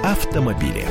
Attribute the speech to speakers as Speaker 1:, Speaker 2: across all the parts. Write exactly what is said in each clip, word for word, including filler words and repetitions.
Speaker 1: автомобили.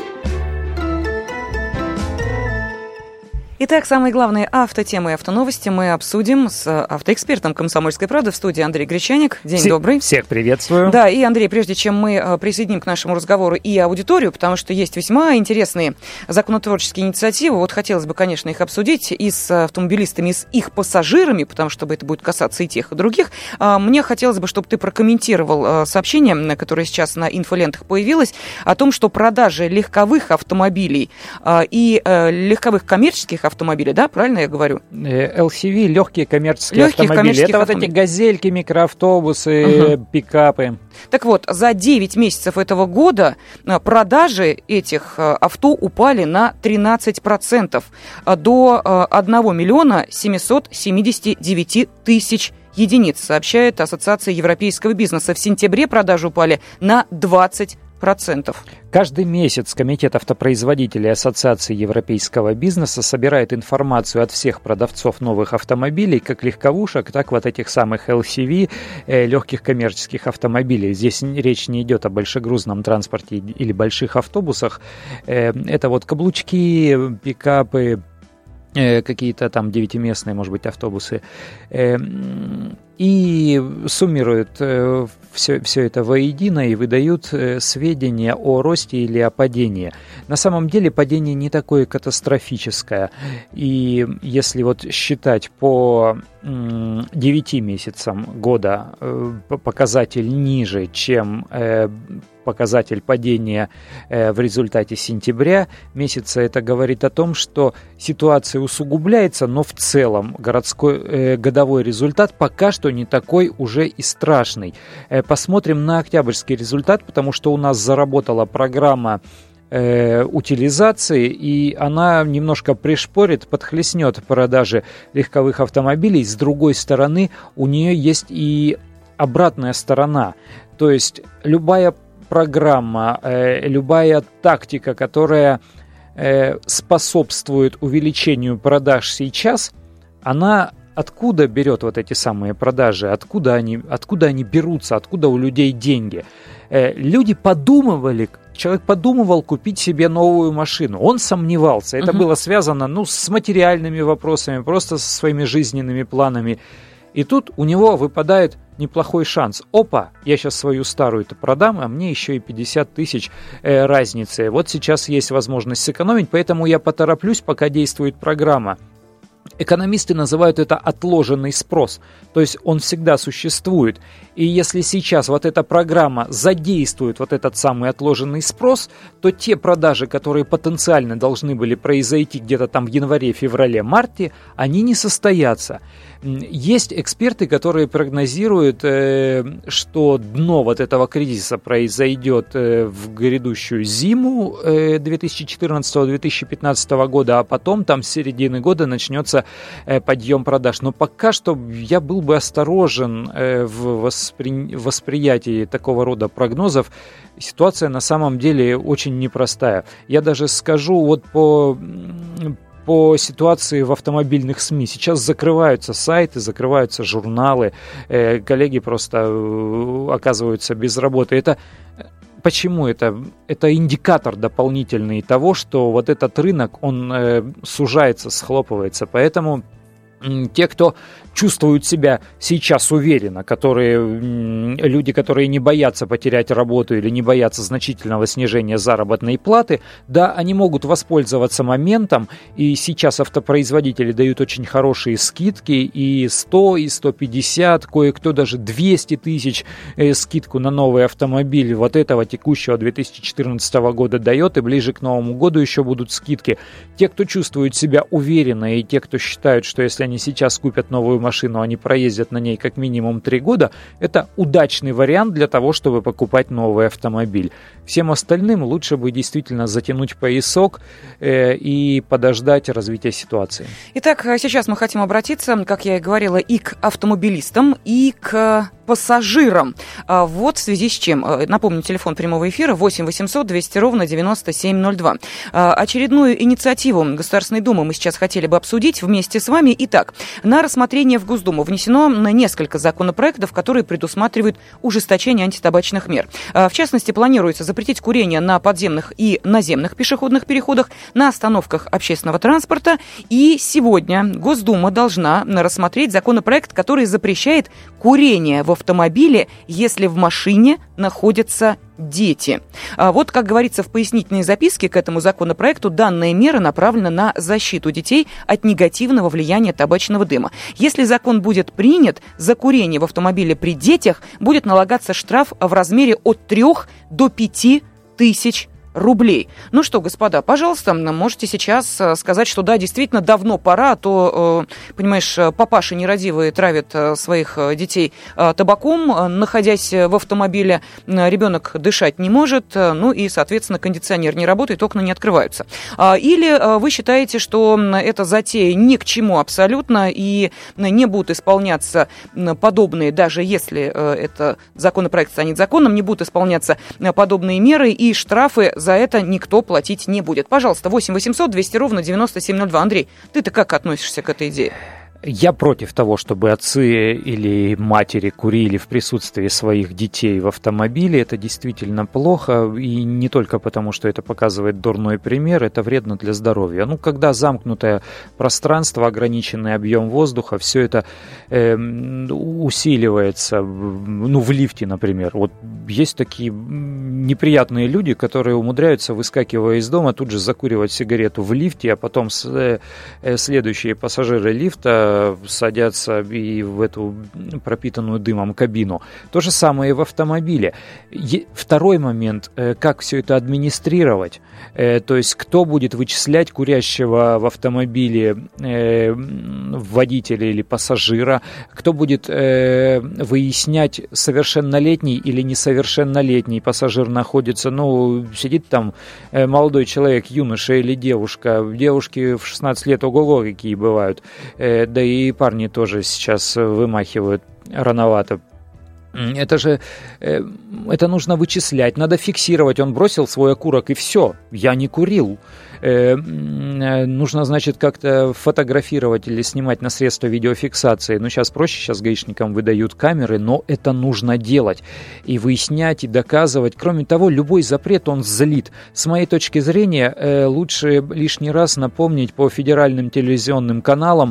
Speaker 2: Итак, самые главные автотемы и автоновости мы обсудим с автоэкспертом «Комсомольской правды» в студии Андрей Гречаник. День
Speaker 3: Все,
Speaker 2: добрый.
Speaker 3: Всех приветствую.
Speaker 2: Да, и, Андрей, прежде чем мы присоединим к нашему разговору и аудиторию, потому что есть весьма интересные законотворческие инициативы, вот хотелось бы, конечно, их обсудить и с автомобилистами, и с их пассажирами, потому что это будет касаться и тех, и других. Мне хотелось бы, чтобы ты прокомментировал сообщение, которое сейчас на инфолентах появилось, о том, что продажи легковых автомобилей и легковых коммерческих автомобили, да, правильно я говорю?
Speaker 3: эл си ви, легкие коммерческие
Speaker 2: Легких
Speaker 3: автомобили.
Speaker 2: коммерческих
Speaker 3: Это
Speaker 2: автомобилей.
Speaker 3: вот эти газельки, микроавтобусы, угу. пикапы.
Speaker 2: Так вот, за девять месяцев этого года продажи этих авто упали на тринадцать процентов до один миллион семьсот семьдесят девять тысяч единиц, сообщает Ассоциация европейского бизнеса. В сентябре продажи упали на двадцать процентов. Процентов.
Speaker 3: Каждый месяц Комитет автопроизводителей Ассоциации европейского бизнеса собирает информацию от всех продавцов новых автомобилей, как легковушек, так вот этих самых эл си ви, э, легких коммерческих автомобилей. Здесь речь не идет о большегрузном транспорте или больших автобусах. Э, это вот каблучки, пикапы, э, какие-то там девятиместные, может быть, автобусы. Э, и суммируют э, все, все это воедино и выдают э, сведения о росте или о падении. На самом деле падение не такое катастрофическое. И если вот считать по м, девяти месяцам года э, показатель ниже, чем э, показатель падения э, в результате сентября месяца, это говорит о том, что ситуация усугубляется, но в целом городской, э, годовой результат пока что не такой уже и страшный. Э, посмотрим на октябрьский результат, потому что у нас заработала программа э, утилизации, и она немножко пришпорит, подхлестнет продажи легковых автомобилей. С другой стороны, у нее есть и обратная сторона. То есть любая программа, э, любая тактика, которая э, способствует увеличению продаж сейчас, она откуда берет вот эти самые продажи, откуда они, откуда они берутся, откуда у людей деньги. Э, люди подумывали, человек подумывал купить себе новую машину, он сомневался, это uh-huh. было связано ну, с материальными вопросами, просто со своими жизненными планами. И тут у него выпадает неплохой шанс. Опа, я сейчас свою старую-то продам, а мне еще и пятьдесят тысяч э, разницы. Вот сейчас есть возможность сэкономить, поэтому я потороплюсь, пока действует программа. Экономисты называют это отложенный спрос, то есть он всегда существует. И если сейчас вот эта программа задействует вот этот самый отложенный спрос, то те продажи, которые потенциально должны были произойти где-то там в январе, феврале, марте, они не состоятся. Есть эксперты, которые прогнозируют, что дно вот этого кризиса произойдет в грядущую зиму две тысячи четырнадцатого - две тысячи пятнадцатого года, а потом там с середины года начнется подъем продаж. Но пока что я был бы осторожен в воспри... восприятии такого рода прогнозов. Ситуация на самом деле очень непростая. Я даже скажу вот по... по ситуации в автомобильных СМИ. Сейчас закрываются сайты, закрываются журналы, э, коллеги просто э, оказываются без работы. Это почему? Это, это индикатор дополнительный того, что вот этот рынок, он э, сужается, схлопывается. Поэтому э, те, кто чувствуют себя сейчас уверенно, которые, люди, которые не боятся потерять работу или не боятся значительного снижения заработной платы, да, они могут воспользоваться моментом, и сейчас автопроизводители дают очень хорошие скидки, и сто, и сто пятьдесят, кое-кто даже двести тысяч э, скидку на новый автомобиль вот этого текущего две тысячи четырнадцатого года дает, и ближе к Новому году еще будут скидки. Те, кто чувствует себя уверенно, и те, кто считают, что если они сейчас купят новую машину, машину, они проездят на ней как минимум три года, это удачный вариант для того, чтобы покупать новый автомобиль. Всем остальным лучше бы действительно затянуть поясок э, и подождать развития ситуации.
Speaker 2: Итак, сейчас мы хотим обратиться, как я и говорила, и к автомобилистам, и к пассажирам. Вот в связи с чем. Напомню, телефон прямого эфира восемь восемьсот двести ровно девяносто семь ноль два. Очередную инициативу Государственной Думы мы сейчас хотели бы обсудить вместе с вами. Итак, на рассмотрение в Госдуму внесено несколько законопроектов, которые предусматривают ужесточение антитабачных мер. В частности, планируется запретить курение на подземных и наземных пешеходных переходах, на остановках общественного транспорта. И сегодня Госдума должна рассмотреть законопроект, который запрещает курение в автомобиле, если в машине находятся дети. А вот, как говорится в пояснительной записке к этому законопроекту, данная мера направлена на защиту детей от негативного влияния табачного дыма. Если закон будет принят, за курение в автомобиле при детях будет налагаться штраф в размере от трёх до пяти тысяч рублей. Ну что, господа, пожалуйста, можете сейчас сказать, что да, действительно, давно пора, а то, понимаешь, папаши нерадивые травят своих детей табаком, находясь в автомобиле, ребенок дышать не может, ну и, соответственно, кондиционер не работает, окна не открываются. Или вы считаете, что эта затея ни к чему абсолютно, и не будут исполняться подобные, даже если это законопроект станет законом, не будут исполняться подобные меры, и штрафы за это никто платить не будет. Пожалуйста, восемь восемьсот двести ровно девяносто семь ноль два. Андрей, ты-то как относишься к этой идее?
Speaker 3: Я против того, чтобы отцы или матери курили в присутствии своих детей в автомобиле. Это действительно плохо, и не только потому, что это показывает дурной пример, это вредно для здоровья. Ну, когда замкнутое пространство, ограниченный объем воздуха, все это э, усиливается, ну, в лифте, например. Вот есть такие неприятные люди, которые умудряются, выскакивая из дома, тут же закуривать сигарету в лифте, а потом с, э, следующие пассажиры лифта садятся и в эту пропитанную дымом кабину. То же самое и в автомобиле. Второй момент, как все это администрировать. То есть, кто будет вычислять курящего в автомобиле водителя или пассажира, кто будет выяснять, совершеннолетний или несовершеннолетний пассажир находится, ну, сидит там молодой человек, юноша или девушка. Девушки в шестнадцать лет, ого-го, какие бывают. Да и парни тоже сейчас вымахивают рановато. Это же, это нужно вычислять, надо фиксировать. Он бросил свой окурок и все, я не курил. Нужно, значит, как-то фотографировать или снимать на средства видеофиксации. Ну, сейчас проще, сейчас гаишникам выдают камеры, но это нужно делать. И выяснять, и доказывать. Кроме того, любой запрет, он злит. С моей точки зрения, лучше лишний раз напомнить по федеральным телевизионным каналам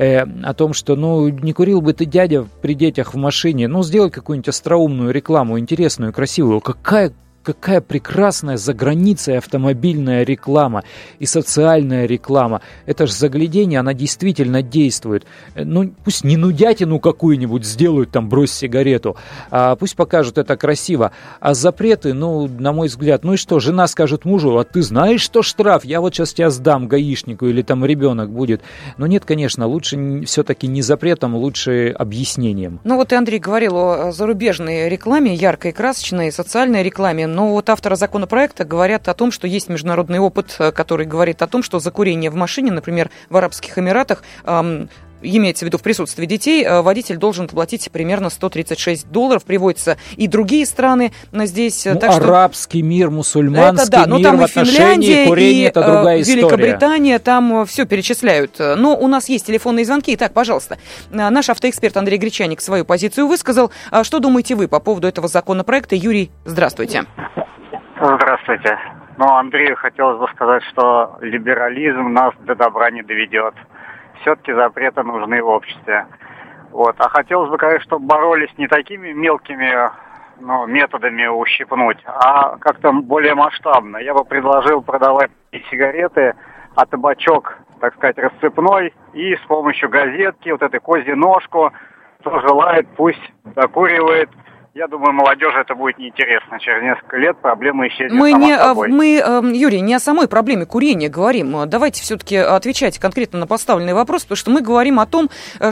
Speaker 3: о том, что, ну, не курил бы ты, дядя, при детях в машине. Ну, сделай какую-нибудь остроумную рекламу, интересную, красивую. Какая Какая прекрасная за границей автомобильная реклама и социальная реклама. Это же заглядение, она действительно действует. Ну, пусть не нудятину какую-нибудь сделают, там, брось сигарету, а пусть покажут это красиво. А запреты, ну, на мой взгляд, ну и что, жена скажет мужу, а ты знаешь, что штраф? Я вот сейчас тебя сдам гаишнику, или там ребенок будет. Но нет, конечно, лучше все-таки не запретом, лучше объяснением.
Speaker 2: Ну вот и Андрей говорил о зарубежной рекламе, яркой, красочной, социальной рекламе. Но вот авторы законопроекта говорят о том, что есть международный опыт, который говорит о том, что за курение в машине, например, в Арабских Эмиратах, эм, имеется в виду в присутствии детей, водитель должен платить примерно сто тридцать шесть долларов. Приводятся и другие страны здесь.
Speaker 3: Ну,
Speaker 2: так
Speaker 3: арабский
Speaker 2: что...
Speaker 3: мир, мусульманский
Speaker 2: это, да, но
Speaker 3: мир
Speaker 2: там
Speaker 3: в отношении курения, это другая история.
Speaker 2: Великобритания, там все перечисляют. Но у нас есть телефонные звонки. Итак, пожалуйста, наш автоэксперт Андрей Гречаник свою позицию высказал. Что думаете вы по поводу этого законопроекта? Юрий, здравствуйте.
Speaker 1: Здравствуйте. Ну, Андрею хотелось бы сказать, что либерализм нас до добра не доведет. Все-таки запреты нужны в обществе. Вот. А хотелось бы, конечно, чтобы боролись не такими мелкими, ну, методами ущипнуть, а как-то более масштабно. Я бы предложил продавать не сигареты, а табачок, так сказать, рассыпной, и с помощью газетки, вот этой козьей ножку, кто желает, пусть докуривает. Я думаю, молодежи это будет неинтересно. Через несколько лет проблема исчезнет
Speaker 2: мы
Speaker 1: сама
Speaker 2: не,
Speaker 1: собой.
Speaker 2: Мы, Юрий, не о самой проблеме курения говорим. Давайте все-таки отвечать конкретно на поставленный вопрос, потому что мы говорим о том,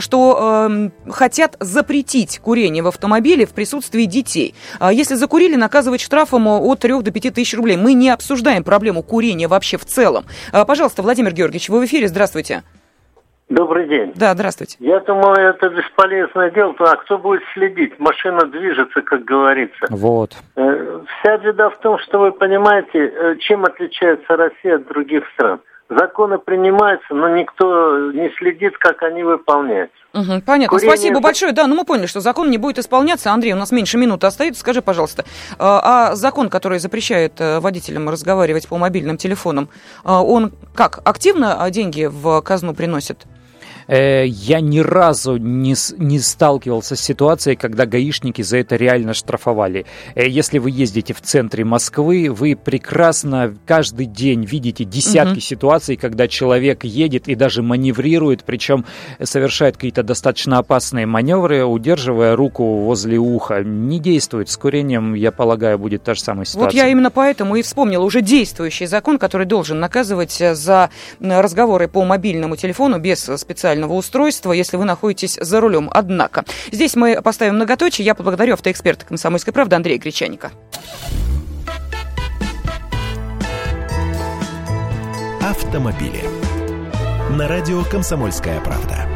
Speaker 2: что э, хотят запретить курение в автомобиле в присутствии детей. Если закурили, наказывать штрафом от трёх до пяти тысяч рублей. Мы не обсуждаем проблему курения вообще в целом. Пожалуйста, Владимир Георгиевич, вы в эфире, здравствуйте.
Speaker 4: Добрый день.
Speaker 2: Да, здравствуйте.
Speaker 4: Я думаю, это бесполезное дело, а кто будет следить? Машина движется, как говорится.
Speaker 3: Вот.
Speaker 4: Вся беда в том, что вы понимаете, чем отличается Россия от других стран. Законы принимаются, но никто не следит, как они выполняются.
Speaker 2: Угу, понятно.
Speaker 4: Курение...
Speaker 2: Спасибо большое. Да, ну мы поняли, что закон не будет исполняться. Андрей, у нас меньше минуты остается. Скажи, пожалуйста, а закон, который запрещает водителям разговаривать по мобильным телефонам, он как, активно деньги в казну приносит?
Speaker 3: Я ни разу не, не сталкивался с ситуацией, когда гаишники за это реально штрафовали. Если вы ездите в центре Москвы, вы прекрасно каждый день видите десятки угу. ситуаций, когда человек едет и даже маневрирует, причем совершает какие-то достаточно опасные маневры, удерживая руку возле уха. Не действует. С курением, я полагаю, будет та же самая ситуация.
Speaker 2: Вот я именно поэтому и вспомнила уже действующий закон, который должен наказывать за разговоры по мобильному телефону без специального устройства, если вы находитесь за рулем. Однако, здесь мы поставим многоточие. Я поблагодарю автоэксперта «Комсомольской правды» Андрея Гречаника.
Speaker 5: Автомобили. На радио «Комсомольская правда».